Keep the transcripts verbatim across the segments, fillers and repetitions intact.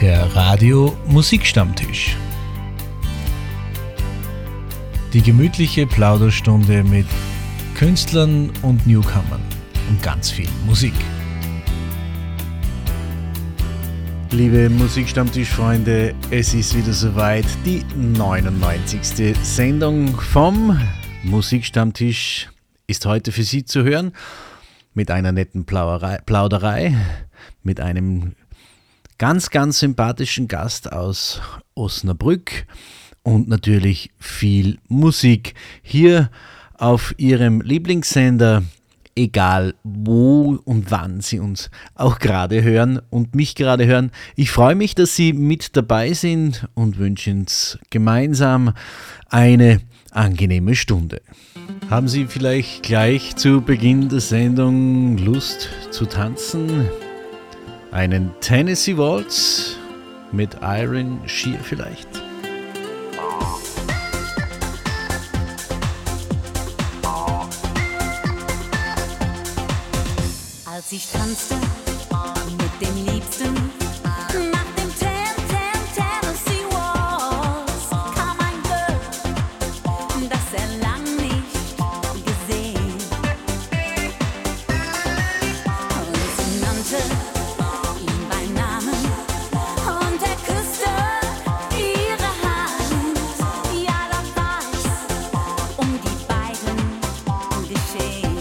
Der Radio Musikstammtisch. Die gemütliche Plauderstunde mit Künstlern und Newcomern und ganz viel Musik. Liebe Musikstammtischfreunde, es ist wieder soweit, die neunundneunzigste Sendung vom Musikstammtisch ist heute für Sie zu hören, mit einer netten Plauderei, Plauderei mit einem ganz, ganz sympathischen Gast aus Osnabrück und natürlich viel Musik hier auf Ihrem Lieblingssender, egal wo und wann Sie uns auch gerade hören und mich gerade hören. Ich freue mich, dass Sie mit dabei sind und wünsche uns gemeinsam eine angenehme Stunde. Haben Sie vielleicht gleich zu Beginn der Sendung Lust zu tanzen? Einen Tennessee Waltz mit Iron Shear vielleicht? Als ich tanzte mit dem Liebsten nach dem Ten, Ten, Tennessee Waltz, kam ein Girl, das er lang nicht gesehen. Und sie nannte ihn beim Namen und er küsste ihre Hand. Ja, da war es um die beiden geschehen.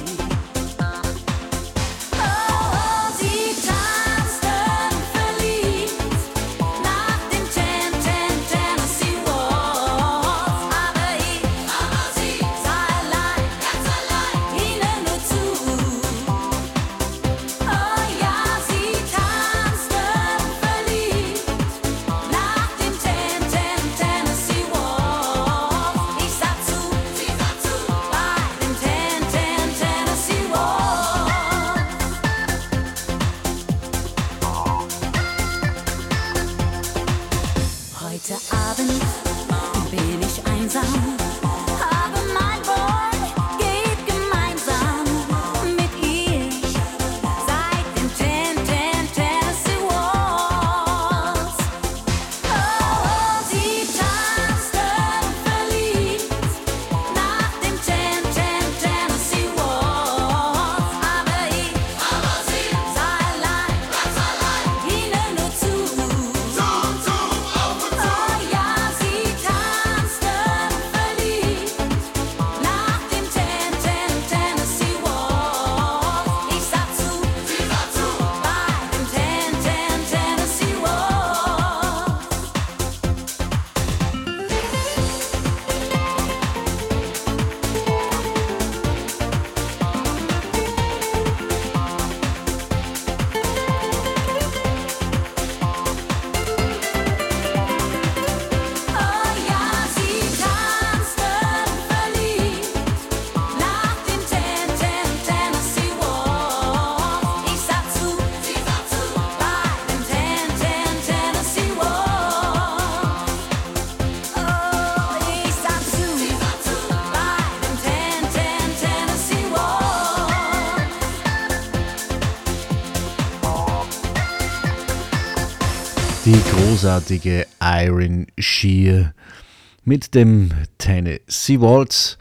Die großartige Iron Shear mit dem Tennessee Waltz.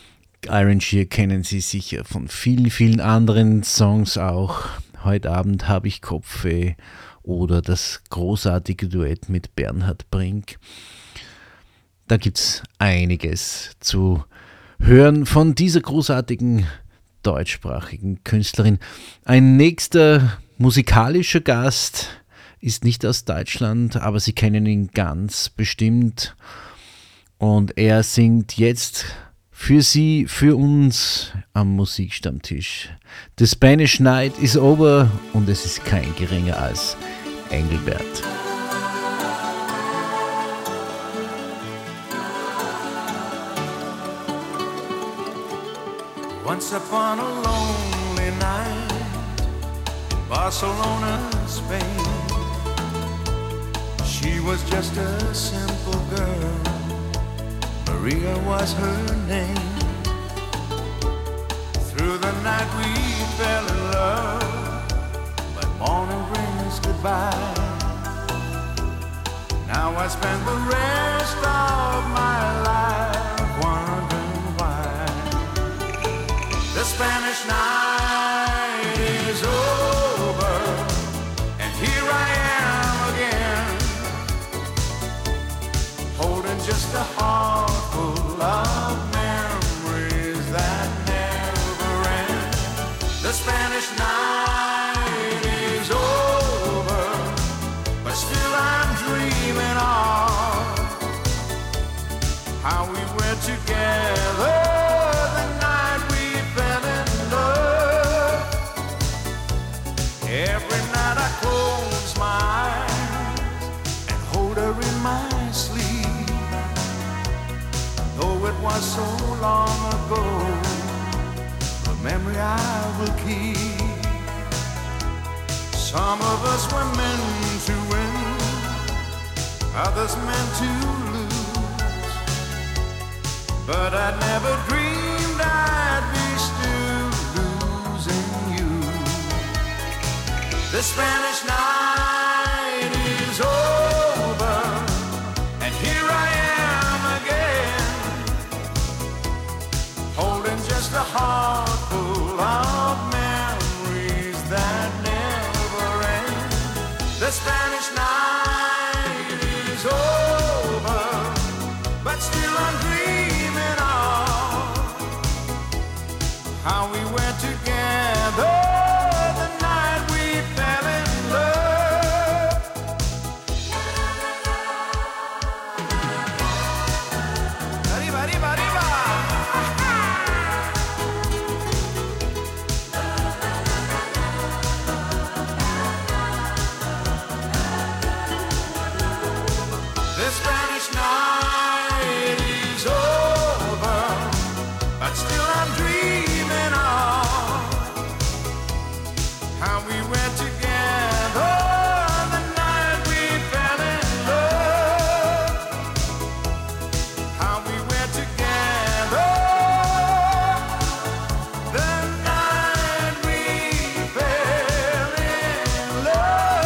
Iron Shear kennen Sie sicher von vielen, vielen anderen Songs auch. Heute Abend habe ich Kopfweh oder das großartige Duett mit Bernhard Brink. Da gibt es einiges zu hören von dieser großartigen deutschsprachigen Künstlerin. Ein nächster musikalischer Gast ist nicht aus Deutschland, aber Sie kennen ihn ganz bestimmt. Und er singt jetzt für Sie, für uns am Musikstammtisch. The Spanish Night is over und es ist kein geringer als Engelbert. Once upon a lonely night in Barcelona, Spain, she was just a simple girl, Maria was her name. Through the night we fell in love, but morning brings goodbye. I spend the rest of my life wondering why. The Spanish night is over, and here I am again, holding just a heart full of memories that never end. The Spanish night is over, but still I'm dreaming of how we were together the night we fell in love. Every night I close my eyes and hold her in my sleep. Though it was so long ago, the memory I will keep. Some of us were meant to win, others meant to lose, but I never dreamed I'd be still losing you. The Spanish night is over, and here I am again, holding just a heart full of memories that never end. The Spanish night is over, but still I'm dreaming of how we were together the night we fell in love. Arriba, arriba, arriba. The Spanish night is over, but still I'm dreaming of how we were together the night we fell in love. How we were together the night we fell in love.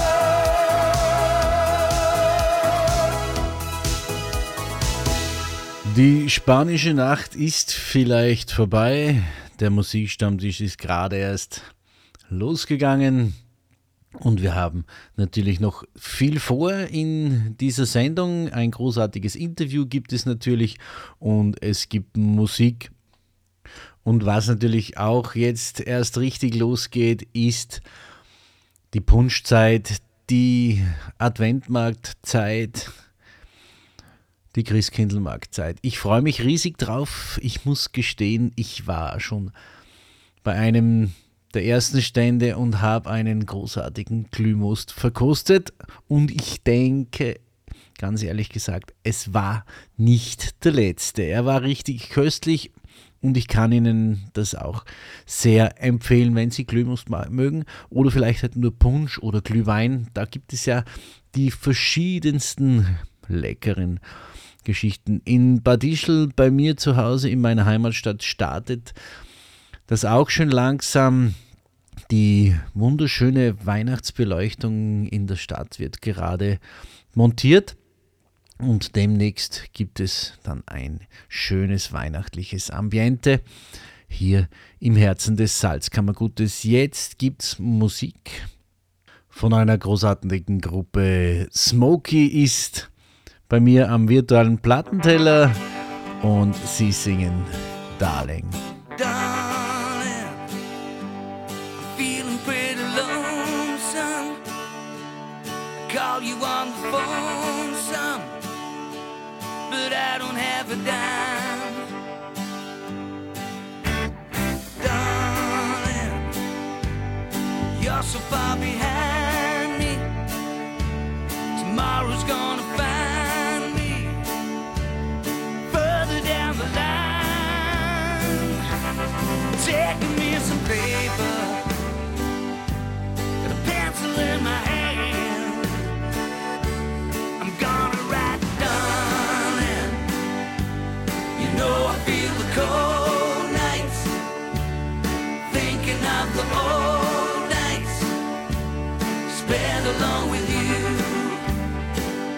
Die spanische Nacht ist vielleicht vorbei. Der Musikstammtisch ist gerade erst losgegangen. Und wir haben natürlich noch viel vor in dieser Sendung. Ein großartiges Interview gibt es natürlich und es gibt Musik. Und was natürlich auch jetzt erst richtig losgeht, ist die Punschzeit, die Adventmarktzeit, die Christkindlmarktzeit. Ich freue mich riesig drauf. Ich muss gestehen, ich war schon bei einem der ersten Stände und habe einen großartigen Glühmost verkostet. Und ich denke, ganz ehrlich gesagt, es war nicht der letzte. Er war richtig köstlich und ich kann Ihnen das auch sehr empfehlen, wenn Sie Glühmost mögen oder vielleicht halt nur Punsch oder Glühwein. Da gibt es ja die verschiedensten leckeren Geschichten. In Bad Ischl, bei mir zu Hause in meiner Heimatstadt, startet das auch schon langsam. Die wunderschöne Weihnachtsbeleuchtung in der Stadt wird gerade montiert und demnächst gibt es dann ein schönes weihnachtliches Ambiente hier im Herzen des Salzkammergutes. Jetzt gibt es Musik von einer großartigen Gruppe. Smokey ist bei mir am virtuellen Plattenteller und sie singen Darling. Darling, I'm feeling pretty lonesome. I call you on the phone some, but I don't have a dime. Darling, you're so far behind me. Tomorrow's gonna find me further down the line. Take me some paper, got a pencil in my hand. I'm gonna write, darling. You know I feel the cold nights, thinking of the old nights spent alone with you.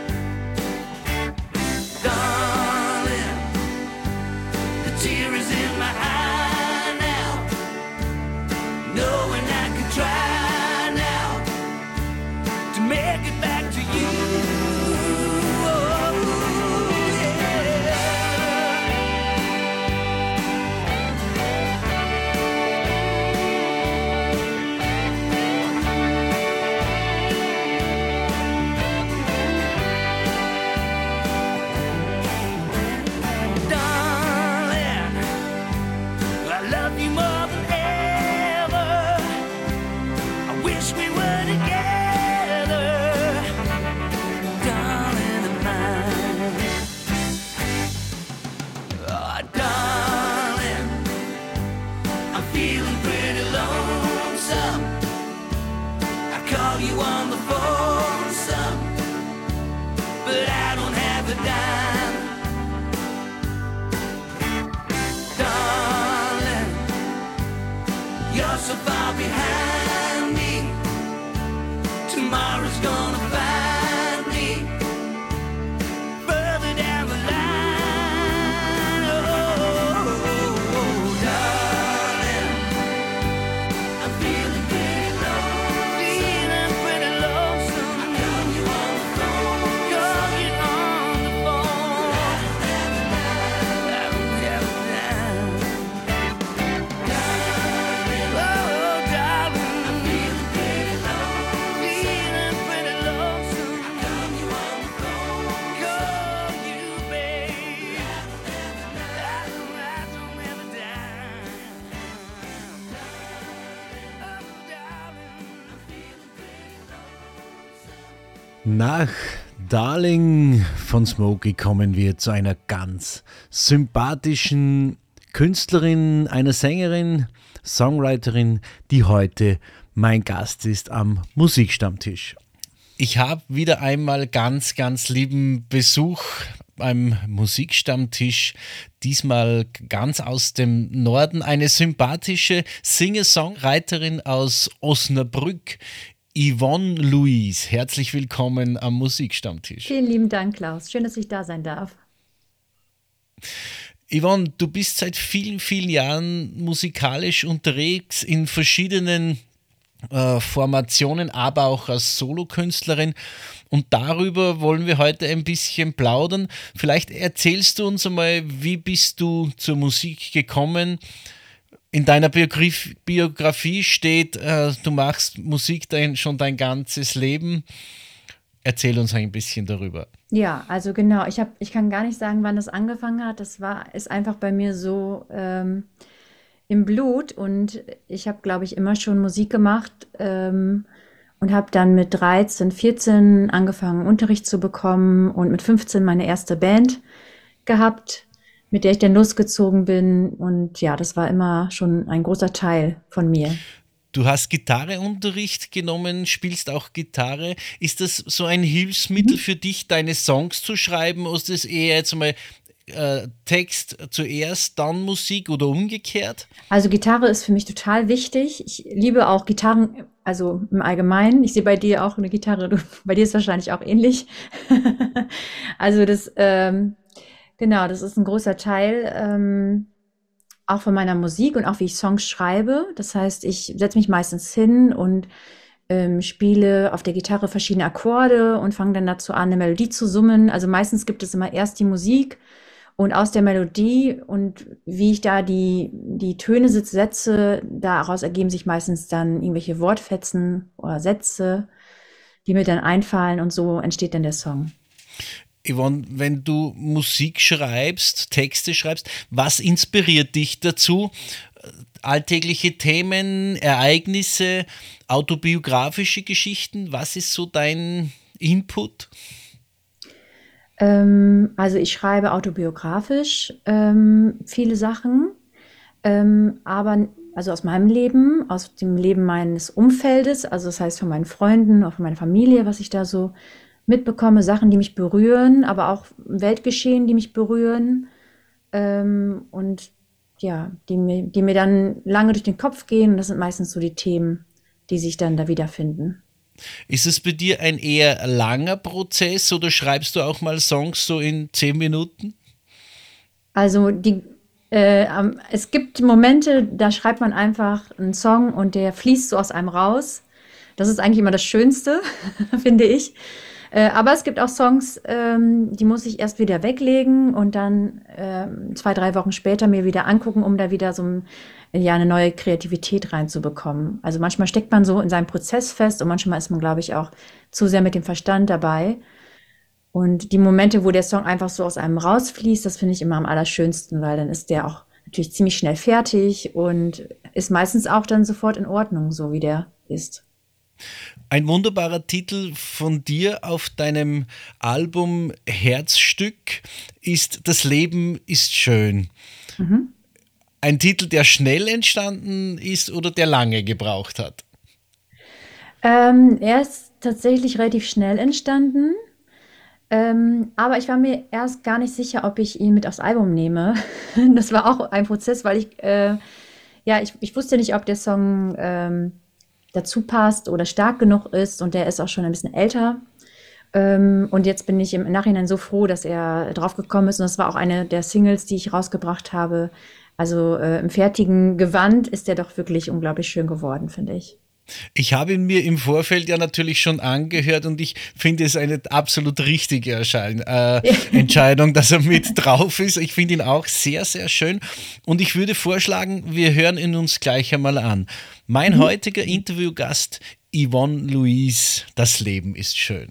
Nach Darling von Smokey kommen wir zu einer ganz sympathischen Künstlerin, einer Sängerin, Songwriterin, die heute mein Gast ist am Musikstammtisch. Ich habe wieder einmal ganz, ganz lieben Besuch beim Musikstammtisch, diesmal ganz aus dem Norden, eine sympathische Singer-Songwriterin aus Osnabrück, Yvonne Louise. Herzlich willkommen am Musikstammtisch. Vielen lieben Dank, Klaus. Schön, dass ich da sein darf. Yvonne, du bist seit vielen, vielen Jahren musikalisch unterwegs in verschiedenen äh, Formationen, aber auch als Solokünstlerin. Und darüber wollen wir heute ein bisschen plaudern. Vielleicht erzählst du uns einmal, wie bist du zur Musik gekommen? In deiner Biograf- Biografie steht, äh, du machst Musik dein, schon dein ganzes Leben. Erzähl uns ein bisschen darüber. Ja, also genau, ich hab, ich kann gar nicht sagen, wann das angefangen hat. Das war, ist einfach bei mir so ähm, im Blut und ich habe, glaube ich, immer schon Musik gemacht ähm, und habe dann mit dreizehn, vierzehn angefangen, Unterricht zu bekommen und mit fünfzehn meine erste Band gehabt, mit der ich dann losgezogen bin. Und ja, das war immer schon ein großer Teil von mir. Du hast Gitarreunterricht genommen, spielst auch Gitarre. Ist das so ein Hilfsmittel Mhm. für dich, deine Songs zu schreiben? Oder ist das eher jetzt mal äh, Text zuerst, dann Musik oder umgekehrt? Also Gitarre ist für mich total wichtig. Ich liebe auch Gitarren, also im Allgemeinen. Ich sehe bei dir auch eine Gitarre, du, bei dir ist wahrscheinlich auch ähnlich. Also das, ähm, genau, das ist ein großer Teil ähm, auch von meiner Musik und auch wie ich Songs schreibe. Das heißt, ich setze mich meistens hin und ähm, spiele auf der Gitarre verschiedene Akkorde und fange dann dazu an, eine Melodie zu summen. Also meistens gibt es immer erst die Musik und aus der Melodie und wie ich da die, die Töne sitz- setze, daraus ergeben sich meistens dann irgendwelche Wortfetzen oder Sätze, die mir dann einfallen und so entsteht dann der Song. Yvonne, wenn du Musik schreibst, Texte schreibst, was inspiriert dich dazu? Alltägliche Themen, Ereignisse, autobiografische Geschichten? Was ist so dein Input? Ähm, also ich schreibe autobiografisch ähm, viele Sachen, ähm, aber also aus meinem Leben, aus dem Leben meines Umfeldes, also das heißt von meinen Freunden, auch von meiner Familie, was ich da so mitbekomme, Sachen, die mich berühren, aber auch Weltgeschehen, die mich berühren ähm, und ja, die mir, die mir dann lange durch den Kopf gehen. Und das sind meistens so die Themen, die sich dann da wiederfinden. Ist es bei dir ein eher langer Prozess oder schreibst du auch mal Songs so in zehn Minuten? Also die, äh, am- es gibt Momente, da schreibt man einfach einen Song und der fließt so aus einem raus. Das ist eigentlich immer das Schönste, finde ich. Äh, aber es gibt auch Songs, ähm, die muss ich erst wieder weglegen und dann ähm, zwei, drei Wochen später mir wieder angucken, um da wieder so ein, ja, eine neue Kreativität reinzubekommen. Also manchmal steckt man so in seinem Prozess fest und manchmal ist man, glaube ich, auch zu sehr mit dem Verstand dabei. Und die Momente, wo der Song einfach so aus einem rausfließt, das finde ich immer am allerschönsten, weil dann ist der auch natürlich ziemlich schnell fertig und ist meistens auch dann sofort in Ordnung, so wie der ist. Ein wunderbarer Titel von dir auf deinem Album Herzstück ist Das Leben ist schön. Mhm. Ein Titel, der schnell entstanden ist oder der lange gebraucht hat? Ähm, er ist tatsächlich relativ schnell entstanden, ähm, aber ich war mir erst gar nicht sicher, ob ich ihn mit aufs Album nehme. Das war auch ein Prozess, weil ich, äh, ja, ich, ich wusste nicht, ob der Song ähm, dazu passt oder stark genug ist und der ist auch schon ein bisschen älter. Ähm, und jetzt bin ich im Nachhinein so froh, dass er drauf gekommen ist und das war auch eine der Singles, die ich rausgebracht habe. Also äh, im fertigen Gewand ist der doch wirklich unglaublich schön geworden, finde ich. Ich habe ihn mir im Vorfeld ja natürlich schon angehört und ich finde es eine absolut richtige Erschein äh, Entscheidung, dass er mit drauf ist. Ich finde ihn auch sehr, sehr schön und ich würde vorschlagen, wir hören ihn uns gleich einmal an. Mein Mhm. heutiger Interviewgast, Yvonne Louise, Das Leben ist schön.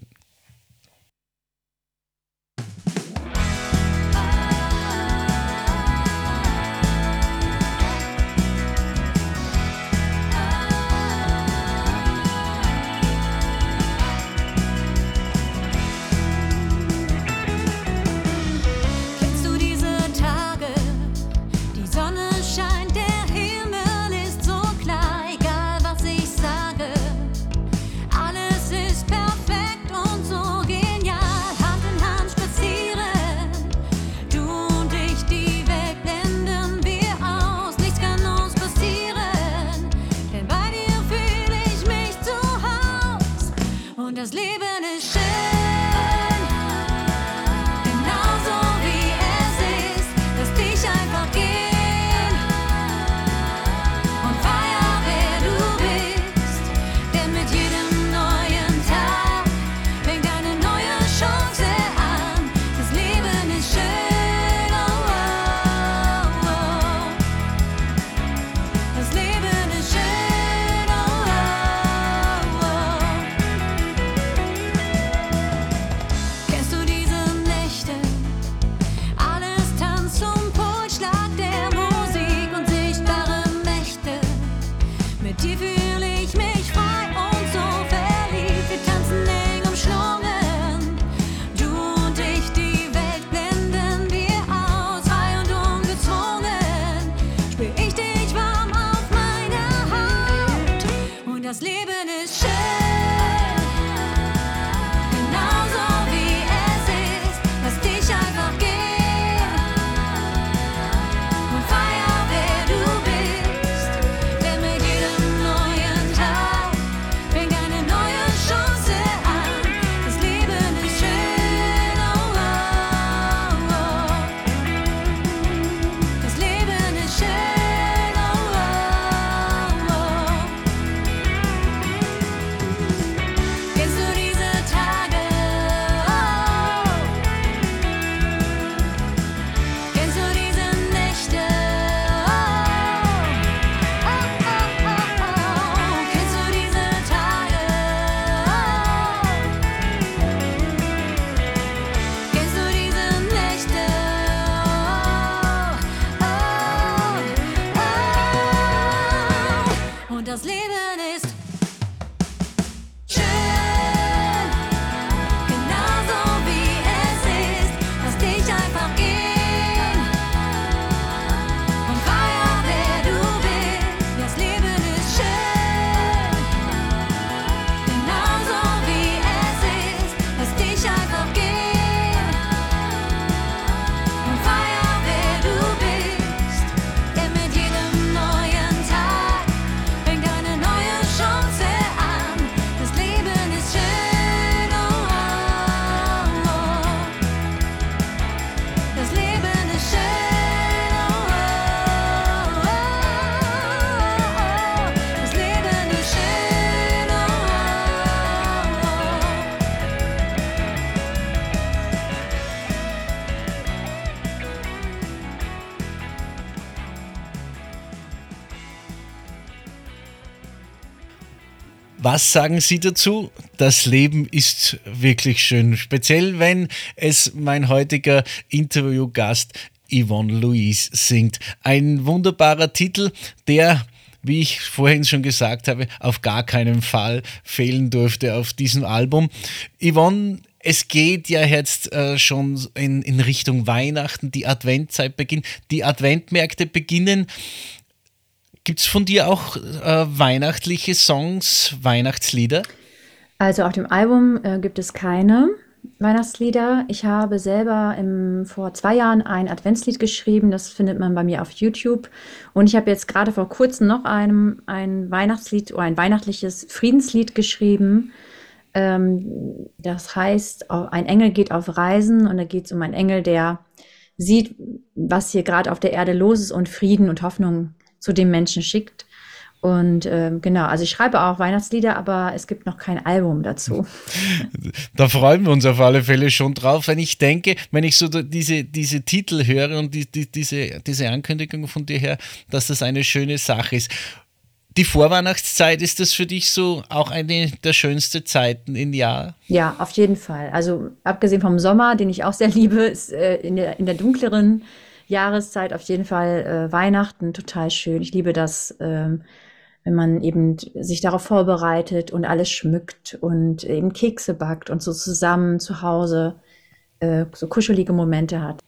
Was sagen Sie dazu? Das Leben ist wirklich schön, speziell wenn es mein heutiger Interviewgast Yvonne Louise singt. Ein wunderbarer Titel, der, wie ich vorhin schon gesagt habe, auf gar keinen Fall fehlen durfte auf diesem Album. Yvonne, es geht ja jetzt äh, schon in, in Richtung Weihnachten, die Adventzeit beginnt, die Adventmärkte beginnen. Gibt es von dir auch äh, weihnachtliche Songs, Weihnachtslieder? Also auf dem Album äh, gibt es keine Weihnachtslieder. Ich habe selber im, vor zwei Jahren ein Adventslied geschrieben, das findet man bei mir auf YouTube. Und ich habe jetzt gerade vor kurzem noch ein, ein Weihnachtslied oder ein weihnachtliches Friedenslied geschrieben. Ähm, das heißt, ein Engel geht auf Reisen, und da geht es um einen Engel, der sieht, was hier gerade auf der Erde los ist und Frieden und Hoffnung zu den Menschen schickt. Und ähm, genau, also ich schreibe auch Weihnachtslieder, aber es gibt noch kein Album dazu. Da freuen wir uns auf alle Fälle schon drauf, wenn ich denke, wenn ich so diese, diese Titel höre und die, die, diese, diese Ankündigung von dir her, dass das eine schöne Sache ist. Die Vorweihnachtszeit, ist das für dich so auch eine der schönsten Zeiten im Jahr? Ja, auf jeden Fall. Also abgesehen vom Sommer, den ich auch sehr liebe, ist äh, in der, in der dunkleren Jahreszeit auf jeden Fall äh, Weihnachten total schön. Ich liebe das, ähm, wenn man eben sich darauf vorbereitet und alles schmückt und eben Kekse backt und so zusammen zu Hause äh, so kuschelige Momente hat.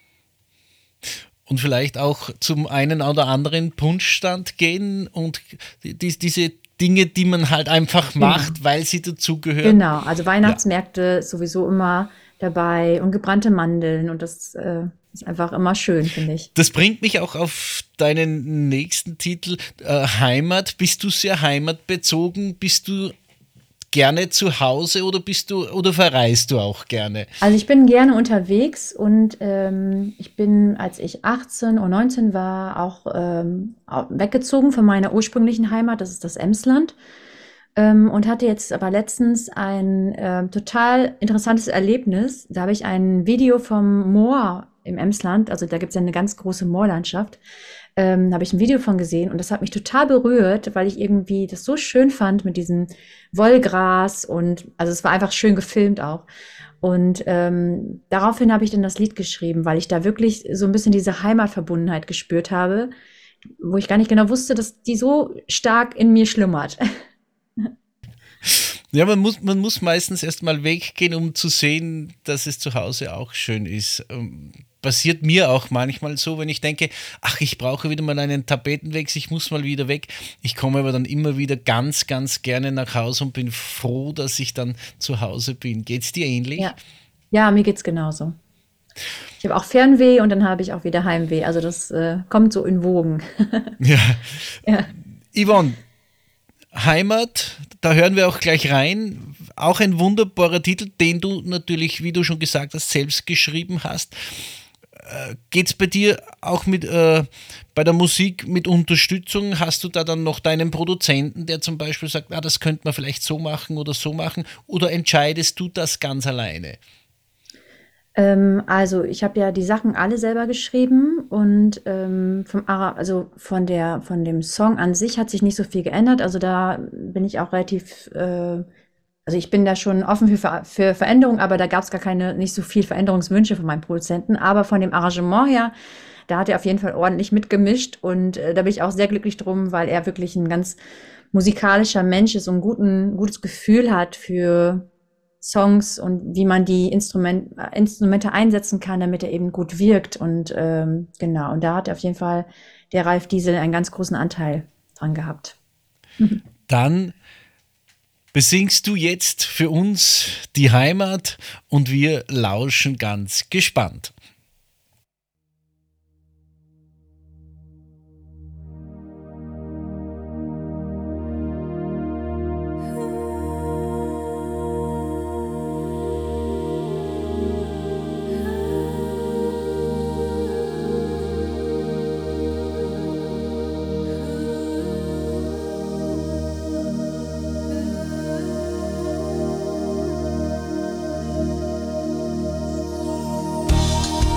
Und vielleicht auch zum einen oder anderen Punschstand gehen und die, diese Dinge, die man halt einfach macht, genau, weil sie dazugehören. Genau, also Weihnachtsmärkte ja. sowieso immer dabei und gebrannte Mandeln, und das äh, ist einfach immer schön, finde ich. Das bringt mich auch auf deinen nächsten Titel, äh, Heimat. Bist du sehr heimatbezogen? Bist du gerne zu Hause oder bist du oder verreist du auch gerne? Also ich bin gerne unterwegs, und ähm, ich bin, als ich achtzehn oder neunzehn war, auch ähm, weggezogen von meiner ursprünglichen Heimat, das ist das Emsland. Ähm, und hatte jetzt aber letztens ein äh, total interessantes Erlebnis. Da habe ich ein Video vom Moor im Emsland, also da gibt es ja eine ganz große Moorlandschaft, ähm, da habe ich ein Video von gesehen, und das hat mich total berührt, weil ich irgendwie das so schön fand mit diesem Wollgras, und also es war einfach schön gefilmt auch. Und ähm, daraufhin habe ich dann das Lied geschrieben, weil ich da wirklich so ein bisschen diese Heimatverbundenheit gespürt habe, wo ich gar nicht genau wusste, dass die so stark in mir schlummert. Ja, man muss, man muss meistens erst mal weggehen, um zu sehen, dass es zu Hause auch schön ist. Ähm, passiert mir auch manchmal so, wenn ich denke, ach, ich brauche wieder mal einen Tapetenwechsel, ich muss mal wieder weg. Ich komme aber dann immer wieder ganz, ganz gerne nach Hause und bin froh, dass ich dann zu Hause bin. Geht's dir ähnlich? Ja, ja, mir geht's genauso. Ich habe auch Fernweh und dann habe ich auch wieder Heimweh. Also das äh, kommt so in Wogen. Ja. Ja. Yvonne, Heimat, da hören wir auch gleich rein. Auch ein wunderbarer Titel, den du natürlich, wie du schon gesagt hast, selbst geschrieben hast. Äh, Geht es bei dir auch mit äh, bei der Musik mit Unterstützung? Hast du da dann noch deinen Produzenten, der zum Beispiel sagt, ah, das könnte man vielleicht so machen oder so machen? Oder entscheidest du das ganz alleine? Ähm, also ich habe ja die Sachen alle selber geschrieben, und ähm, vom Ara also von der von dem Song an sich hat sich nicht so viel geändert. Also da bin ich auch relativ, äh, also ich bin da schon offen für, Ver für Veränderungen, aber da gab es gar keine, nicht so viel Veränderungswünsche von meinem Produzenten. Aber von dem Arrangement her, da hat er auf jeden Fall ordentlich mitgemischt, und äh, da bin ich auch sehr glücklich drum, weil er wirklich ein ganz musikalischer Mensch ist und ein guten, gutes Gefühl hat für Songs und wie man die Instrument, Instrumente einsetzen kann, damit er eben gut wirkt. Und ähm, genau, und da hat auf jeden Fall der Ralf Diesel einen ganz großen Anteil dran gehabt. Dann besingst du jetzt für uns die Heimat und wir lauschen ganz gespannt. Thank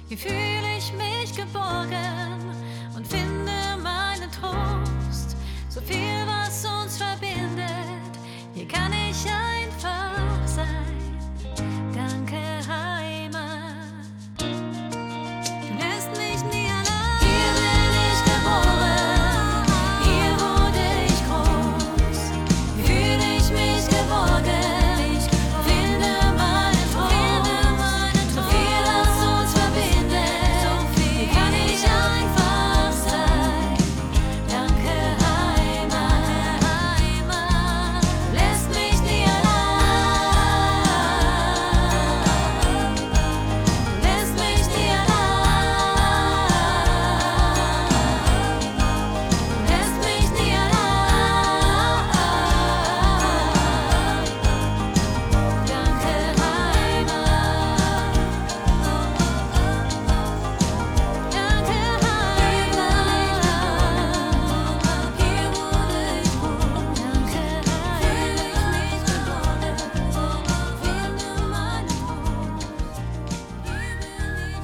Hier fühle ich mich geborgen und finde meinen Trost. So viel, was uns verbindet, hier kann ich einfach sein. Danke, Heimat. Du lässt mich nie allein. Hier bin ich geboren, hier wurde ich groß. Hier fühle ich mich geborgen, finde meinen Trost. So viel, was uns verbindet, hier kann ich einfach sein. Danke, Heimat, Heimat. Du lässt mich nie allein. Du lässt mich nie allein. Du lässt mich nie allein. Danke, Heimat. Danke, Heimat. Hier wurde ich groß. Danke, Heimat. Finde meinen Trost. Hier bin ich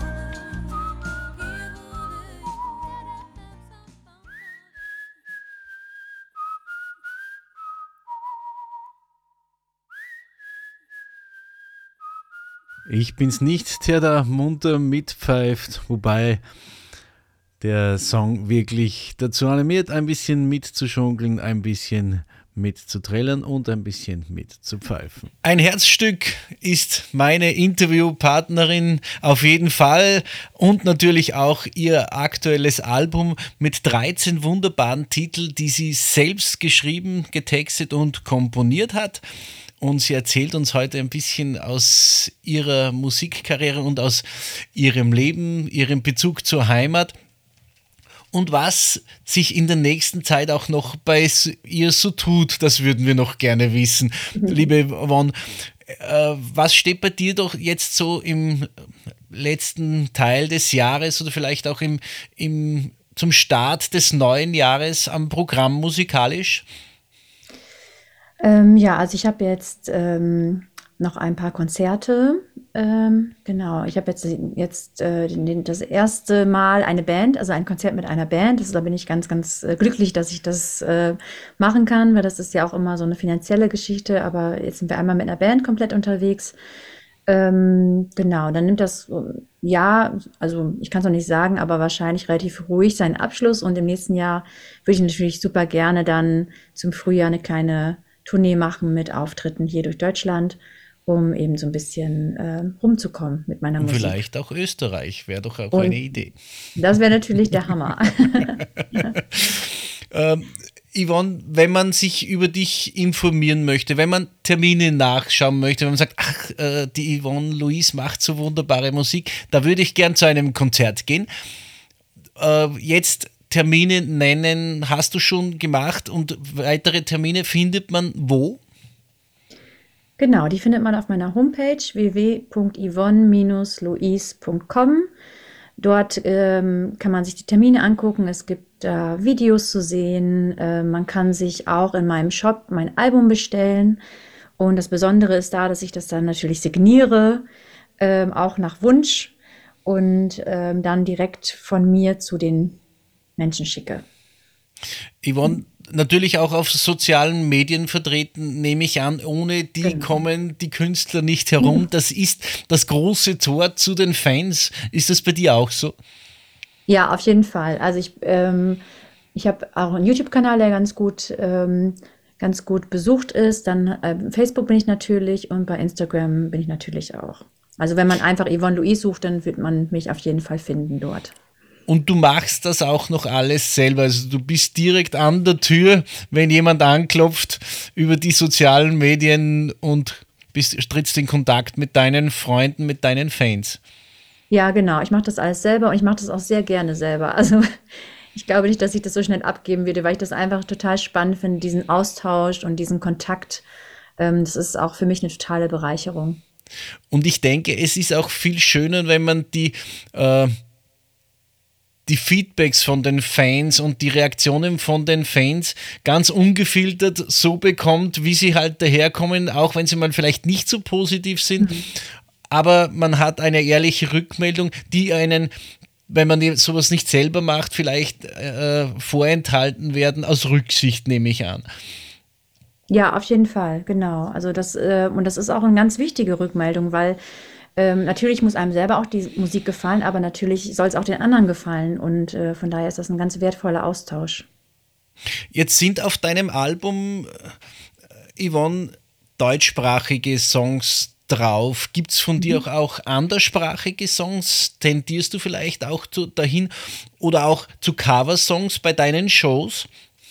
Ich bin's nicht, der da munter mitpfeift, wobei der Song wirklich dazu animiert, ein bisschen mitzuschunkeln, ein bisschen mitzuträllern und ein bisschen mitzupfeifen. Ein Herzstück ist meine Interviewpartnerin auf jeden Fall und natürlich auch ihr aktuelles Album mit dreizehn wunderbaren Titeln, die sie selbst geschrieben, getextet und komponiert hat. Und sie erzählt uns heute ein bisschen aus ihrer Musikkarriere und aus ihrem Leben, ihrem Bezug zur Heimat und was sich in der nächsten Zeit auch noch bei ihr so tut. Das würden wir noch gerne wissen. Mhm. Liebe Yvonne, äh, was steht bei dir doch jetzt so im letzten Teil des Jahres oder vielleicht auch im, im, zum Start des neuen Jahres am Programm musikalisch? Ähm, ja, also ich habe jetzt ähm, noch ein paar Konzerte. Ähm, genau, ich habe jetzt, jetzt äh, den, das erste Mal eine Band, also ein Konzert mit einer Band. Also da bin ich ganz, ganz äh, glücklich, dass ich das äh, machen kann, weil das ist ja auch immer so eine finanzielle Geschichte. Aber jetzt sind wir einmal mit einer Band komplett unterwegs. Ähm, genau, dann nimmt das äh, ja, also ich kann es noch nicht sagen, aber wahrscheinlich relativ ruhig seinen Abschluss. Und im nächsten Jahr würde ich natürlich super gerne dann zum Frühjahr eine kleine Tournee machen mit Auftritten hier durch Deutschland, um eben so ein bisschen äh, rumzukommen mit meiner Und Musik. vielleicht auch Österreich, wäre doch auch Und eine Idee. das wäre natürlich der Hammer. ähm, Yvonne, wenn man sich über dich informieren möchte, wenn man Termine nachschauen möchte, wenn man sagt, ach, äh, die Yvonne Louise macht so wunderbare Musik, da würde ich gern zu einem Konzert gehen. Äh, jetzt Termine nennen, hast du schon gemacht und weitere Termine findet man wo? Genau, die findet man auf meiner Homepage w w w punkt yvonne Bindestrich louise punkt com. Dort ähm, kann man sich die Termine angucken, es gibt äh, Videos zu sehen, äh, man kann sich auch in meinem Shop mein Album bestellen und das Besondere ist da, dass ich das dann natürlich signiere, äh, auch nach Wunsch und äh, dann direkt von mir zu den Menschen schicke. Yvonne, natürlich auch auf sozialen Medien vertreten, nehme ich an, ohne die genau. kommen die Künstler nicht herum. Das ist das große Tor zu den Fans. Ist das bei dir auch so? Ja, auf jeden Fall. Also ich, ähm, ich habe auch einen YouTube-Kanal, der ganz gut, ähm, ganz gut besucht ist. Dann äh, Facebook bin ich natürlich und bei Instagram bin ich natürlich auch. Also wenn man einfach Yvonne Louise sucht, dann wird man mich auf jeden Fall finden dort. Und du machst das auch noch alles selber. Also du bist direkt an der Tür, wenn jemand anklopft über die sozialen Medien und bist, trittst in Kontakt mit deinen Freunden, mit deinen Fans. Ja, genau. Ich mache das alles selber und ich mache das auch sehr gerne selber. Also ich glaube nicht, dass ich das so schnell abgeben würde, weil ich das einfach total spannend finde, diesen Austausch und diesen Kontakt. Ähm, das ist auch für mich eine totale Bereicherung. Und ich denke, es ist auch viel schöner, wenn man die äh, die Feedbacks von den Fans und die Reaktionen von den Fans ganz ungefiltert so bekommt, wie sie halt daherkommen, auch wenn sie mal vielleicht nicht so positiv sind. Mhm. aber man hat eine ehrliche Rückmeldung, die einen, wenn man sowas nicht selber macht, vielleicht äh, vorenthalten werden, aus Rücksicht, nehme ich an. Ja, auf jeden Fall, genau. Also das, äh, und das ist auch eine ganz wichtige Rückmeldung, weil ähm, natürlich muss einem selber auch die Musik gefallen, aber natürlich soll es auch den anderen gefallen. Und äh, von daher ist das ein ganz wertvoller Austausch. Jetzt sind auf deinem Album, äh, Yvonne, deutschsprachige Songs drauf. Gibt es von dir auch, auch anderssprachige Songs? Tendierst du vielleicht auch zu, dahin oder auch zu Coversongs bei deinen Shows?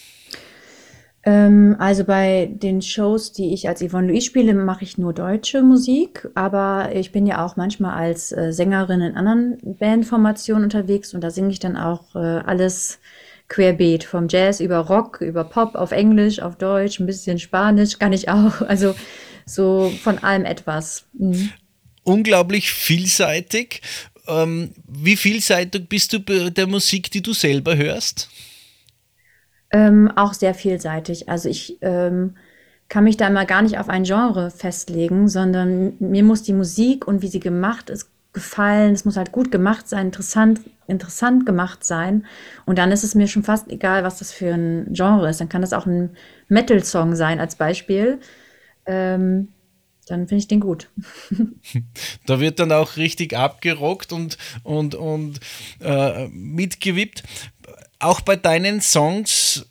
Ähm, also bei den Shows, die ich als Yvonne Louise spiele, mache ich nur deutsche Musik, aber ich bin ja auch manchmal als äh, Sängerin in anderen Bandformationen unterwegs und da singe ich dann auch äh, alles querbeet, vom Jazz über Rock, über Pop, auf Englisch, auf Deutsch, ein bisschen Spanisch kann ich auch, also so von allem etwas. Mhm. Unglaublich vielseitig. Ähm, wie vielseitig bist du bei der Musik, die du selber hörst? Ähm, auch sehr vielseitig. Also ich ähm, kann mich da immer gar nicht auf ein Genre festlegen, sondern mir muss die Musik und wie sie gemacht ist gefallen. Es muss halt gut gemacht sein, interessant, interessant gemacht sein. Und dann ist es mir schon fast egal, was das für ein Genre ist. Dann kann das auch ein Metal-Song sein als Beispiel. Ähm, Dann finde ich den gut. Da wird dann auch richtig abgerockt und, und, und äh, mitgewippt. Auch bei deinen Songs,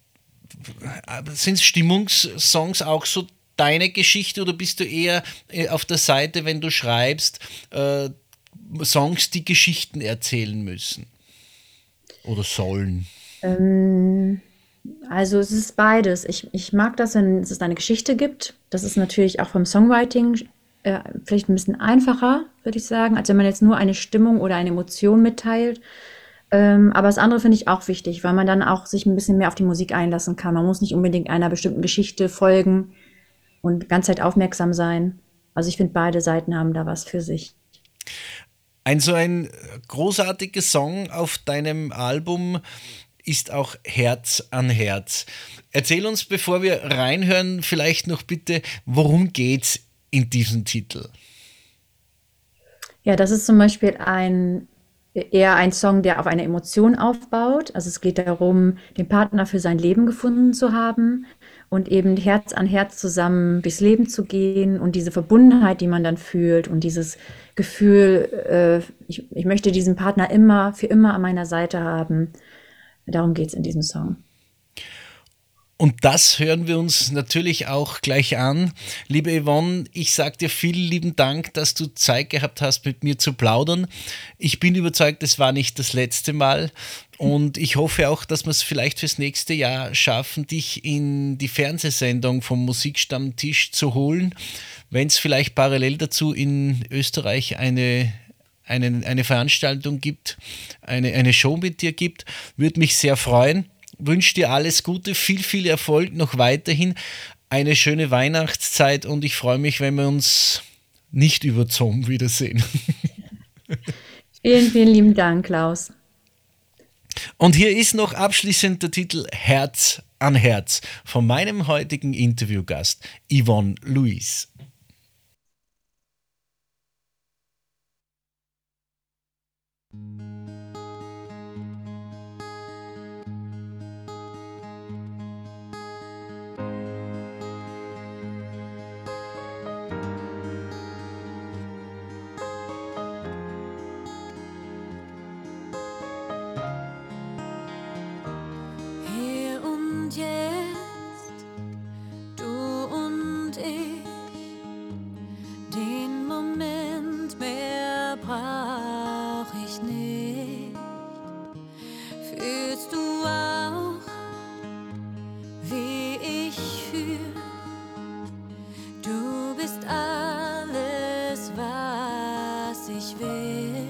sind Stimmungssongs auch so deine Geschichte oder bist du eher äh, auf der Seite, wenn du schreibst, äh, Songs, die Geschichten erzählen müssen oder sollen? Ähm, also es ist beides. Ich, ich mag das, wenn es eine Geschichte gibt. Das ist natürlich auch vom Songwriting äh, vielleicht ein bisschen einfacher, würde ich sagen, als wenn man jetzt nur eine Stimmung oder eine Emotion mitteilt. Ähm, aber das andere finde ich auch wichtig, weil man dann auch sich ein bisschen mehr auf die Musik einlassen kann. Man muss nicht unbedingt einer bestimmten Geschichte folgen und die ganze Zeit aufmerksam sein. Also ich finde, beide Seiten haben da was für sich. Ein so ein großartiger Song auf deinem Album ist auch Herz an Herz. Erzähl uns, bevor wir reinhören, vielleicht noch bitte, worum geht's in diesem Titel? Ja, das ist zum Beispiel ein eher ein Song, der auf eine Emotion aufbaut. Also es geht darum, den Partner für sein Leben gefunden zu haben und eben Herz an Herz zusammen durchs Leben zu gehen und diese Verbundenheit, die man dann fühlt und dieses Gefühl, äh, ich, ich möchte diesen Partner immer, für immer an meiner Seite haben. Darum geht es in diesem Song. Und das hören wir uns natürlich auch gleich an. Liebe Yvonne, ich sage dir vielen lieben Dank, dass du Zeit gehabt hast, mit mir zu plaudern. Ich bin überzeugt, es war nicht das letzte Mal. Und ich hoffe auch, dass wir es vielleicht fürs nächste Jahr schaffen, dich in die Fernsehsendung vom Musikstammtisch zu holen. Wenn es vielleicht parallel dazu in Österreich eine, eine, eine Veranstaltung gibt, eine, eine Show mit dir gibt, würde mich sehr freuen. Wünsche dir alles Gute, viel, viel Erfolg noch weiterhin, eine schöne Weihnachtszeit und ich freue mich, wenn wir uns nicht über Zoom wiedersehen. Vielen, vielen lieben Dank, Klaus. Und hier ist noch abschließend der Titel Herz an Herz von meinem heutigen Interviewgast Yvonne Louise. Hier und jetzt, du und ich, den Moment mehr brauch ich nicht. Fühlst du auch, wie ich fühl? Du bist alles, was ich will.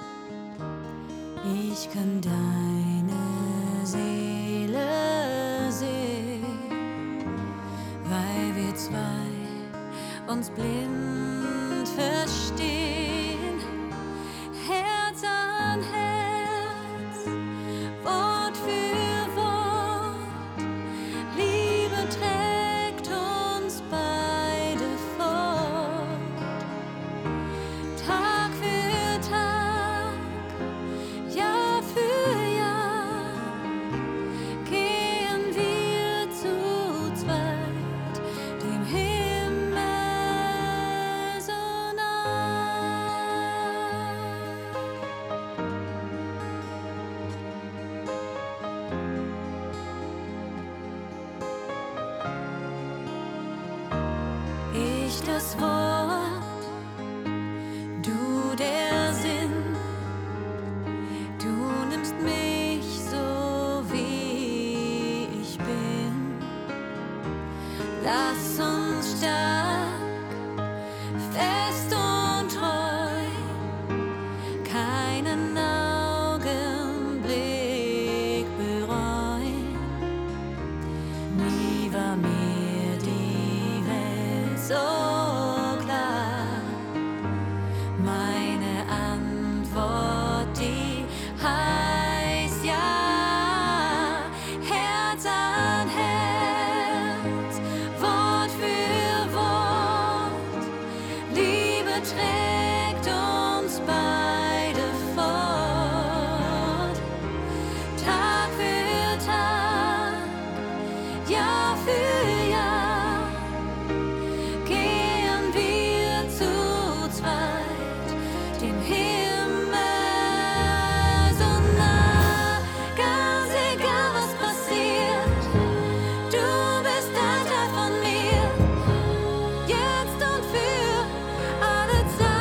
Ich kann deine Seele sehen, weil wir zwei uns blind verstehen. Herz an Herz, Wort für Wort, Liebe trägt uns beide fort. das Wort, du der Sinn. Du nimmst mich so, wie ich bin. Lass uns stark, fest und treu, keinen Augenblick bereuen. Nie war mir die Welt so klar. Meine Antwort, die heißt ja, Herz an Herz, Wort für Wort. Liebe trägt uns beide fort, Tag für Tag, Jahr für Jahr, gehen wir zu zweit dem Himmel so nah. Ganz egal was passiert, du bist ein Teil von mir, jetzt und für alle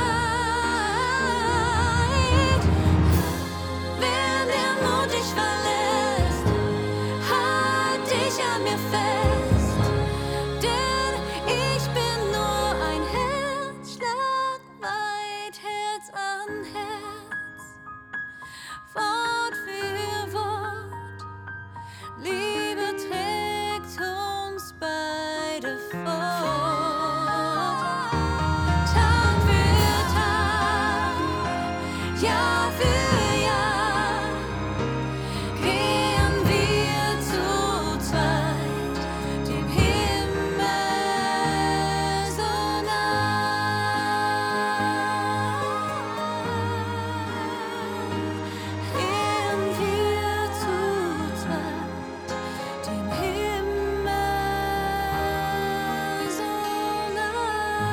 Zeit. Wenn der Mond dich verlässt, halt dich an mir fest, denn ich bin nur ein Herzschlag weit, Herz an Herz, Wort für Wort. Liebe trägt uns beide fort, Tag für Tag, Jahr für Jahr, gehen wir zu zweit dem Himmel so nah. Gehen wir zu zweit dem Himmel so nah.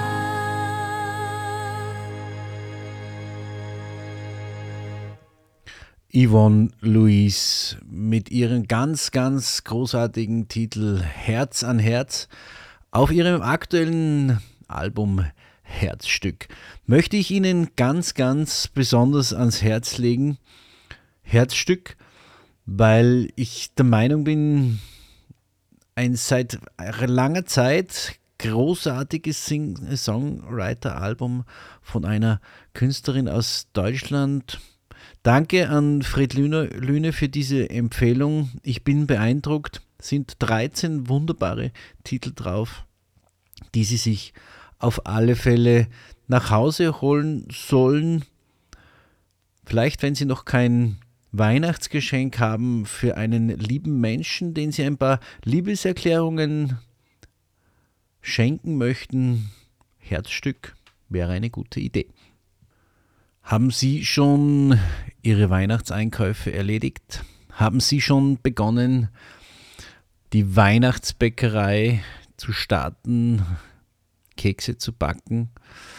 Yvonne Louise mit ihrem ganz, ganz großartigen Titel Herz an Herz auf ihrem aktuellen Album Herzstück. Möchte ich Ihnen ganz, ganz besonders ans Herz legen. Herzstück, weil ich der Meinung bin, ein seit langer Zeit großartiges Sing- Songwriter-Album von einer Künstlerin aus Deutschland. Danke an Fred Lüne, Lüne für diese Empfehlung. Ich bin beeindruckt. Sind dreizehn wunderbare Titel drauf, die Sie sich auf alle Fälle nach Hause holen sollen. Vielleicht, wenn Sie noch kein Weihnachtsgeschenk haben für einen lieben Menschen, den Sie ein paar Liebeserklärungen schenken möchten. Herzstück wäre eine gute Idee. Haben Sie schon Ihre Weihnachtseinkäufe erledigt? Haben Sie schon begonnen, die Weihnachtsbäckerei zu starten, Kekse zu backen?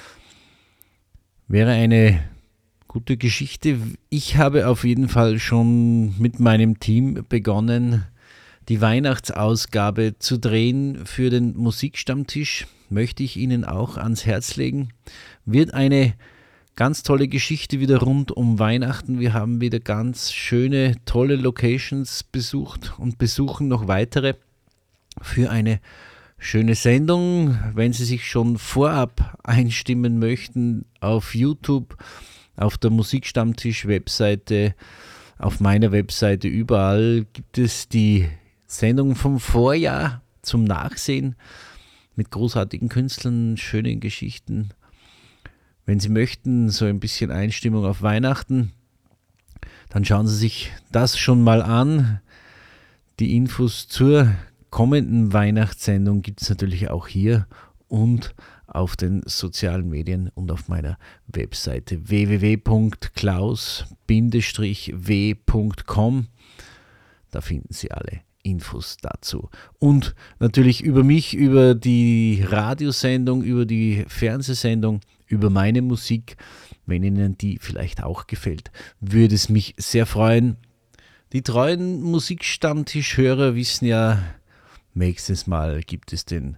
Wäre eine gute Geschichte. Ich habe auf jeden Fall schon mit meinem Team begonnen, die Weihnachtsausgabe zu drehen für den Musikstammtisch. Möchte ich Ihnen auch ans Herz legen. Wird eine ganz tolle Geschichte wieder rund um Weihnachten. Wir haben wieder ganz schöne, tolle Locations besucht und besuchen noch weitere für eine schöne Sendung. Wenn Sie sich schon vorab einstimmen möchten auf YouTube, auf der Musikstammtisch-Webseite, auf meiner Webseite, überall gibt es die Sendung vom Vorjahr zum Nachsehen mit großartigen Künstlern, schönen Geschichten. Wenn Sie möchten, so ein bisschen Einstimmung auf Weihnachten, dann schauen Sie sich das schon mal an. Die Infos zur kommenden Weihnachtssendung gibt es natürlich auch hier und auf den sozialen Medien und auf meiner Webseite w w w punkt klaus w punkt com. Da finden Sie alle Infos dazu. Und natürlich über mich, über die Radiosendung, über die Fernsehsendung, über meine Musik, wenn Ihnen die vielleicht auch gefällt, würde es mich sehr freuen. Die treuen Musikstammtischhörer wissen ja, nächstes Mal gibt es den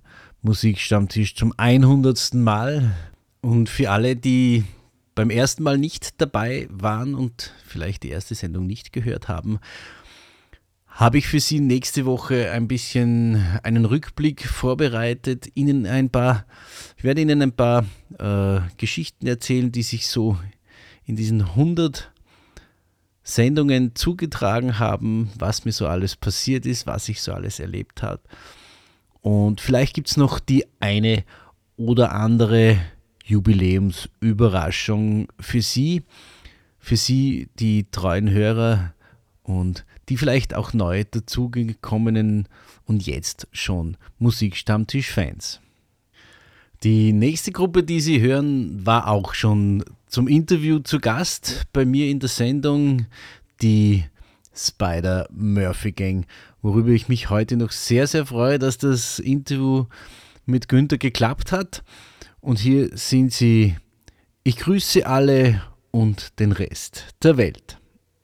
Musikstammtisch zum hundertsten Mal. Und für alle, die beim ersten Mal nicht dabei waren und vielleicht die erste Sendung nicht gehört haben, habe ich für Sie nächste Woche ein bisschen einen Rückblick vorbereitet. Ihnen ein paar, ich werde Ihnen ein paar äh, Geschichten erzählen, die sich so in diesen hundert Sendungen zugetragen haben, was mir so alles passiert ist, was ich so alles erlebt habe. Und vielleicht gibt es noch die eine oder andere Jubiläumsüberraschung für Sie, für Sie, die treuen Hörer und die vielleicht auch neu dazugekommenen und jetzt schon Musikstammtisch-Fans. Die nächste Gruppe, die Sie hören, war auch schon zum Interview zu Gast bei mir in der Sendung, die Spider-Murphy Gang, worüber ich mich heute noch sehr, sehr freue, dass das Interview mit Günther geklappt hat. Und hier sind sie. Ich grüße alle und den Rest der Welt.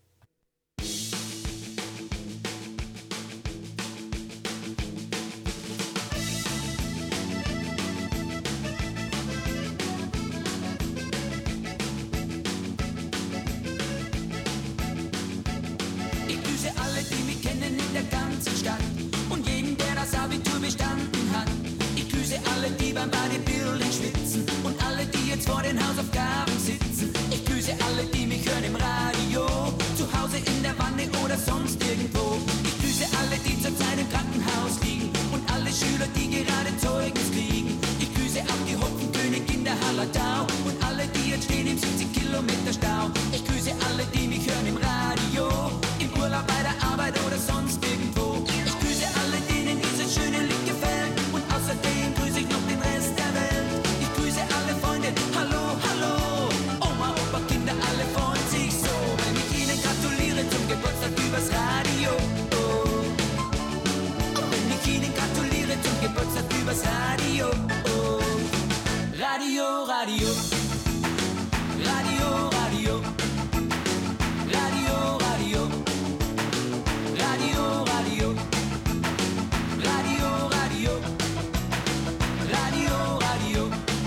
Ich grüße alle, die mich kennen in der ganzen Stadt und jeden, der das Abitur bestanden hat. Ich grüße alle, die beim Bodybuilding schwitzen und alle, die jetzt vor den Hausaufgaben sitzen. Ich grüße alle, die mich hören im Radio, zu Hause in der Wanne oder sonst irgendwo. Ich grüße alle, die zurzeit im Krankenhaus liegen und alle Schüler, die gerade Zeugnis kriegen. Ich grüße auch die Hopfenkönigin der Hallertau und alle, die jetzt stehen im siebzig Kilometer Stau. Ich grüße alle, die mich hören im Radio, im Urlaub, bei der Arbeit oder sonst irgendwo. Ich grüße alle, denen dieses schöne Lied gefällt und außerdem grüße ich noch den Rest der Welt. Ich grüße alle Freunde, hallo, hallo, Oma, Opa, Kinder, alle freuen sich so, wenn ich ihnen gratuliere zum Geburtstag übers Radio. Oh. Wenn ich ihnen gratuliere zum Geburtstag übers Radio. Oh. Radio, Radio, Radio, Radio, Radio, Radio, Radio, Radio, Radio, Radio, Radio, Radio.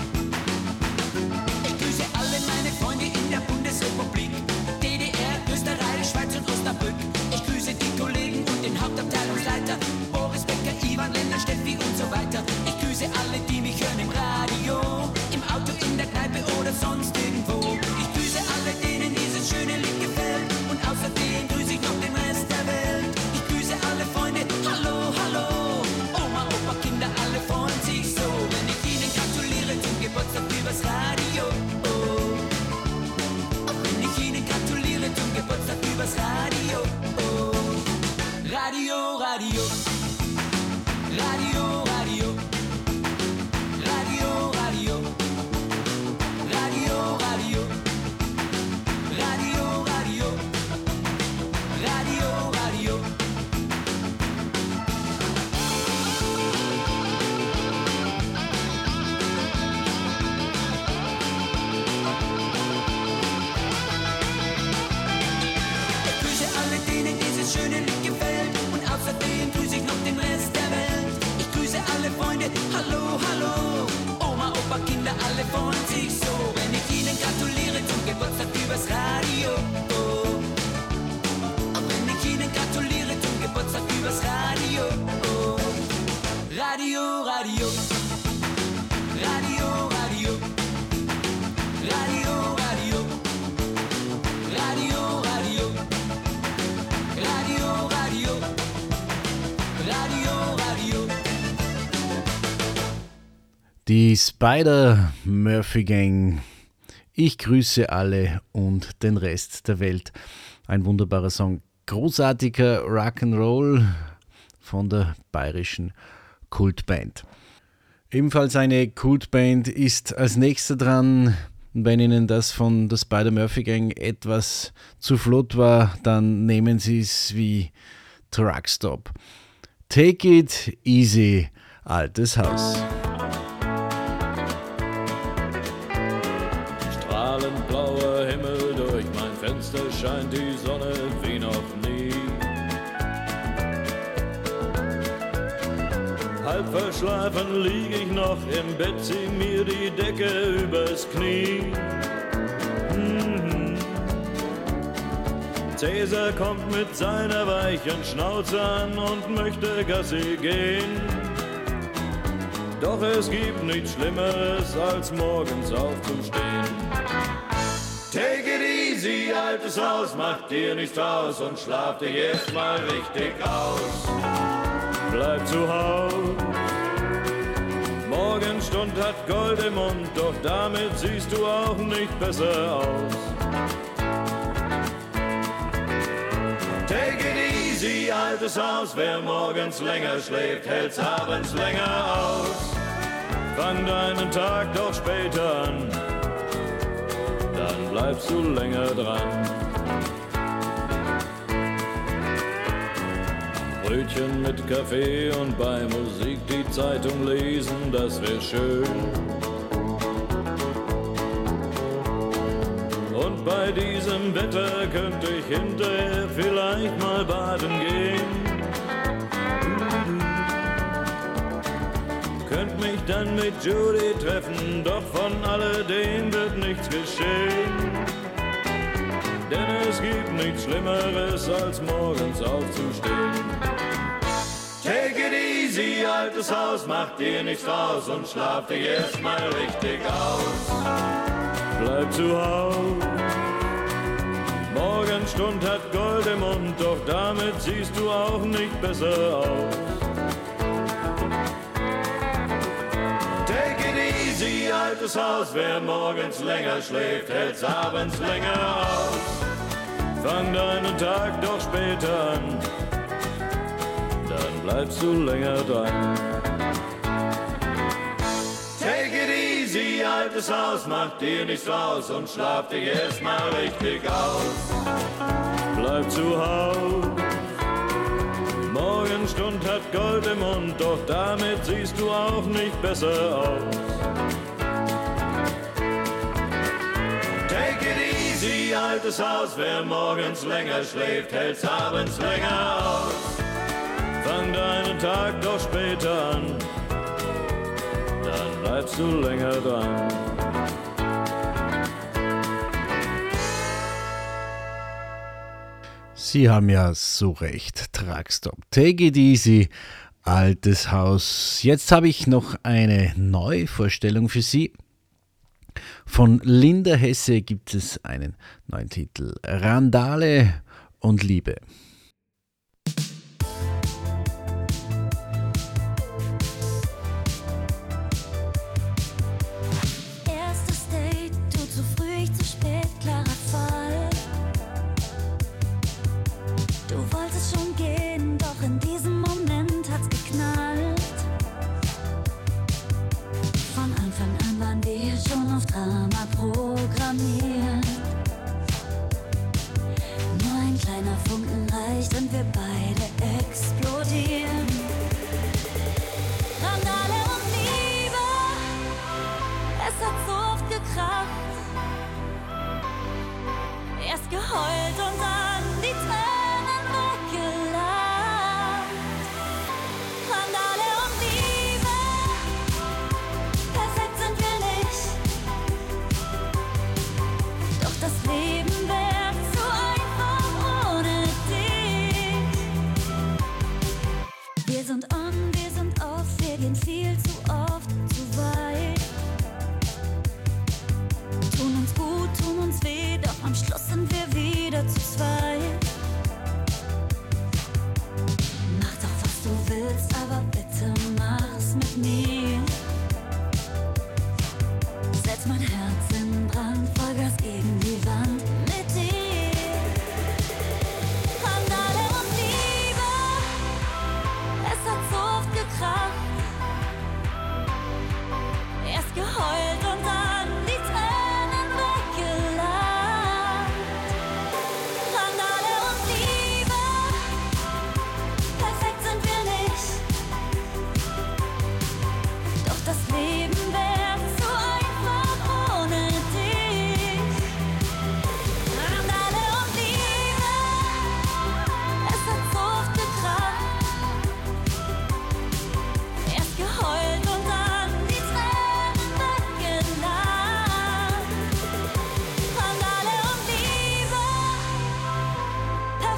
Ich grüße alle meine Freunde in der Bundesrepublik, D D R, Österreich, Schweiz und Osnabrück. Ich grüße die Kollegen und den Hauptabteilungsleiter, Boris Becker, Ivan Lender, Steffi und so weiter. Ich grüße alle, die mich hören im Radio, im Auto, in der Kneipe oder sonst irgendwo. Ich grüße alle, denen dieses schöne Lied gefällt und außerdem grüße ich noch den Rest der Welt. Ich grüße alle Freunde, hallo, hallo, Oma, Opa, Kinder, alle freuen sich so, wenn ich ihnen gratuliere zum Geburtstag übers Radio. Oh. Wenn ich ihnen gratuliere zum Geburtstag übers Radio. Oh. Radio, Radio, Radio, Radio, Radio, Radio, Radio, Radio, Radio, Radio, Radio, Radio. Ich grüße alle, denen dieses schöne Lied gefällt und außerdem grüße ich noch den Rest der Welt. Ich grüße alle Freunde, hallo, hallo, Oma, Opa, Kinder, alle freuen sich so, wenn ich ihnen gratuliere zum Geburtstag übers Radio. Oh. Wenn ich ihnen gratuliere zum Geburtstag übers Radio. Oh. Radio, Radio, Radio, Radio, Radio, Radio, Radio, Radio, Radio, Radio, Radio, Radio. Die Spider-Murphy Gang. Ich grüße alle und den Rest der Welt. Ein wunderbarer Song. Großartiger Rock'n'Roll von der bayerischen Kultband. Ebenfalls eine Kultband ist als nächster dran. Wenn Ihnen das von der Spider-Murphy Gang etwas zu flott war, dann nehmen Sie es wie Truckstop. Take it easy, altes Haus. Strahlend blauer Himmel, durch mein Fenster scheint die Sonne wie noch nie. Halb verschlafen lieg ich noch im Bett, zieh mir die Decke übers Knie. Mhm. Cäsar kommt mit seiner weichen Schnauze an und möchte Gassi gehen. Doch es gibt nichts Schlimmeres, als morgens aufzustehen. Take it easy, altes Haus, mach dir nichts draus und schlaf dich erst mal richtig aus. Bleib zu Haus. Morgenstund hat Gold im Mund, doch damit siehst du auch nicht besser aus. Take it easy, altes Haus, wer morgens länger schläft, hält's abends länger aus. Fang deinen Tag doch später an, dann bleibst du länger dran. Brötchen mit Kaffee und bei Musik die Zeitung lesen, das wär schön. Und bei diesem Wetter könnte ich hinterher vielleicht mal baden gehen. Könnt mich dann mit Judy treffen, doch von alledem wird nichts geschehen. Denn es gibt nichts Schlimmeres, als morgens aufzustehen. Take it easy, altes Haus, mach dir nichts draus und schlaf dich erst mal richtig aus. Bleib zu Haus. Morgenstund hat Gold im Mund, doch damit siehst du auch nicht besser aus. Take it easy, altes Haus, wer morgens länger schläft, hält's abends länger aus. Fang deinen Tag doch später an, dann bleibst du länger dran. Take it easy, altes Haus, mach dir nichts draus und schlaf dich erst mal richtig aus. Bleib zu Haus. Morgenstund hat Gold im Mund, doch damit siehst du auch nicht besser aus. Take it easy, altes Haus, wer morgens länger schläft, hält's abends länger aus. Fang deinen Tag doch später an, dann bleibst du länger dran. Sie haben ja so recht. Truckstop, take it easy, altes Haus. Jetzt habe ich noch eine Neuvorstellung für Sie. Von Linda Hesse gibt es einen neuen Titel: Randale und Liebe. Erstes Date, du zu früh, ich zu spät, klarer Fall. Du wolltest schon gehen, doch in diesem Moment hat's geknallt. Von Anfang an waren wir schon auf Drama programmiert. Nur ein kleiner Funken reicht und wir beide explodieren. Randale und Liebe, es hat so oft gekracht. Erst geheult und dann die Tränen weggelacht. Randale und Liebe, perfekt sind wir nicht. Doch das Leben wäre zu einfach ohne dich.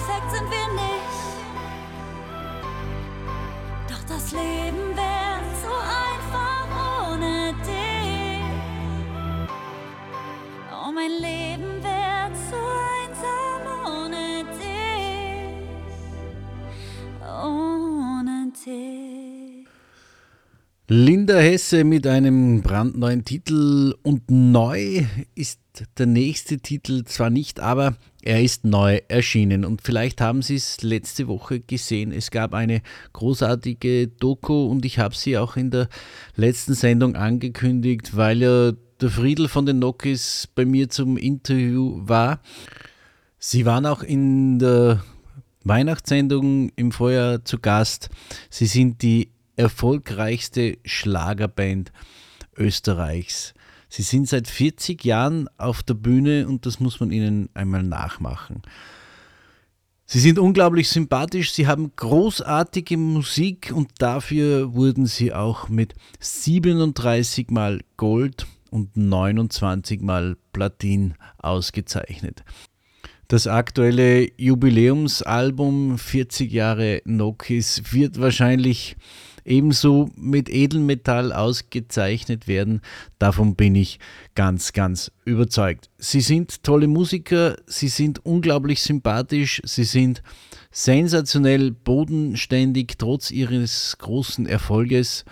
perfekt sind wir nicht. Doch das Leben wäre so einfach ohne dich. Oh, mein Leben wäre zu einsam ohne dich. Ohne dich. Linda Hesse mit einem brandneuen Titel, und neu ist der nächste Titel zwar nicht, aber er ist neu erschienen, und vielleicht haben Sie es letzte Woche gesehen. Es gab eine großartige Doku und ich habe sie auch in der letzten Sendung angekündigt, weil ja der Friedl von den Nokis bei mir zum Interview war. Sie waren auch in der Weihnachtssendung im Vorjahr zu Gast. Sie sind die erfolgreichste Schlagerband Österreichs. Sie sind seit vierzig Jahren auf der Bühne und das muss man ihnen einmal nachmachen. Sie sind unglaublich sympathisch, sie haben großartige Musik und dafür wurden sie auch mit siebenunddreißig Mal Gold und neunundzwanzig Mal Platin ausgezeichnet. Das aktuelle Jubiläumsalbum vierzig Jahre Nokis wird wahrscheinlich ebenso mit Edelmetall ausgezeichnet werden. Davon bin ich ganz, ganz überzeugt. Sie sind tolle Musiker, sie sind unglaublich sympathisch, sie sind sensationell bodenständig, trotz ihres großen Erfolges.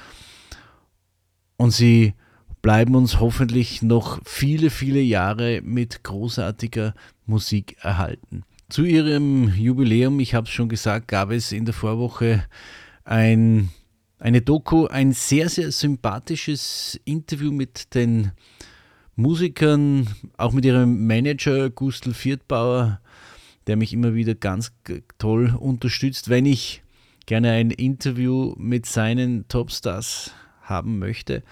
Und sie bleiben uns hoffentlich noch viele, viele Jahre mit großartiger Musik erhalten. Zu ihrem Jubiläum, ich habe es schon gesagt, gab es in der Vorwoche ein Eine Doku, ein sehr, sehr sympathisches Interview mit den Musikern, auch mit ihrem Manager Gustl Viertbauer, der mich immer wieder ganz toll unterstützt, wenn ich gerne ein Interview mit seinen Topstars haben möchte.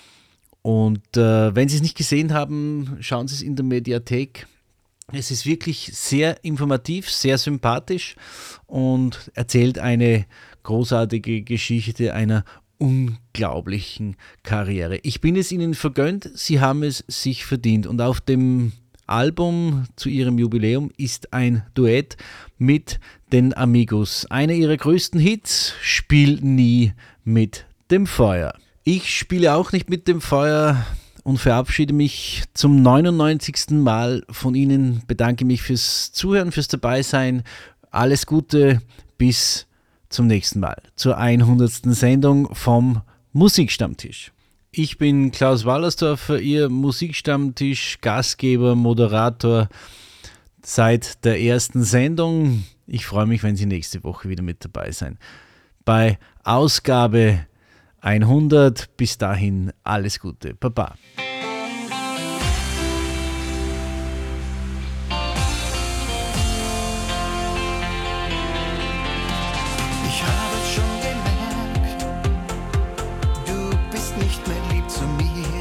Und äh, wenn Sie es nicht gesehen haben, schauen Sie es in der Mediathek. Es ist wirklich sehr informativ, sehr sympathisch und erzählt eine großartige Geschichte einer unglaublichen Karriere. Ich bin es Ihnen vergönnt, Sie haben es sich verdient. Und auf dem Album zu ihrem Jubiläum ist ein Duett mit den Amigos. Einer ihrer größten Hits, Spiel nie mit dem Feuer. Ich spiele auch nicht mit dem Feuer und verabschiede mich zum neunundneunzigsten Mal von Ihnen, bedanke mich fürs Zuhören, fürs Dabeisein. Alles Gute, bis zum nächsten Mal, zur hundertsten Sendung vom Musikstammtisch. Ich bin Klaus Wallersdorfer, Ihr Musikstammtisch, Gastgeber, Moderator seit der ersten Sendung. Ich freue mich, wenn Sie nächste Woche wieder mit dabei sein. Bei Ausgabe hundert. Bis dahin alles Gute. Baba. Ich habe schon gemerkt, du bist nicht mehr lieb zu mir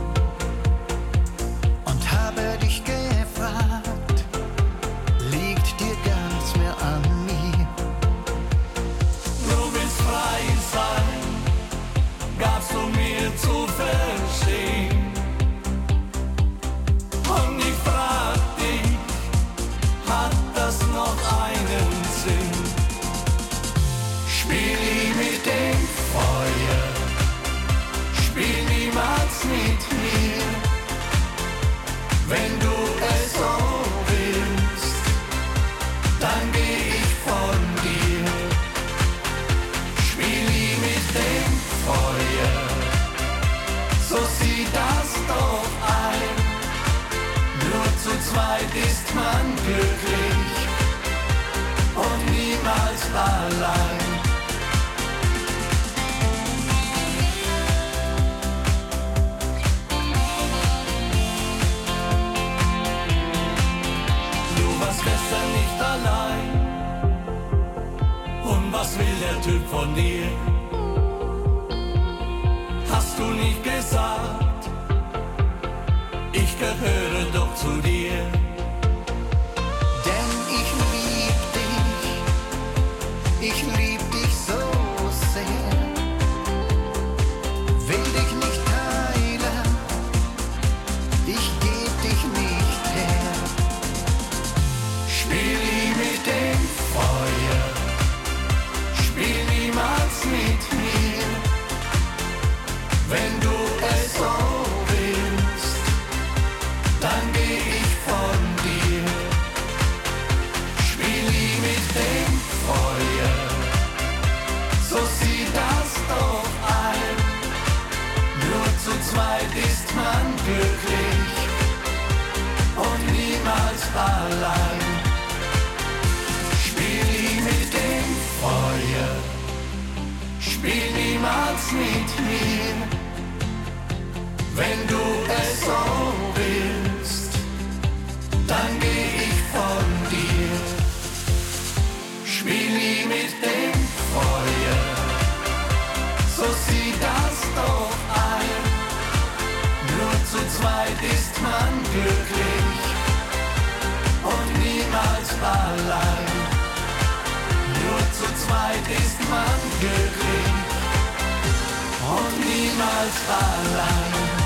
und habe dich gefragt, liegt dir gar nichts mehr an mir? Du willst frei sein, gabst du mir zu verstehen. Und ich frag dich, hat das noch einen Sinn? Spiel nie mit dem Feuer, spiel niemals mit mir. Wenn du es so willst, dann geh ich von dir. Spiel nie mit dem Feuer, so sieh das doch ein. Nur zu zweit ist man glücklich und niemals allein. Du warst gestern nicht allein. Und was will der Typ von dir? Hast du nicht gesagt, ich gehöre doch zu dir. Denn ich lieb dich, ich lieb dich so sehr, will dich nicht teilen, ich geb dich nicht her. Spiel nie mit dem zweit ist man glücklich und niemals allein.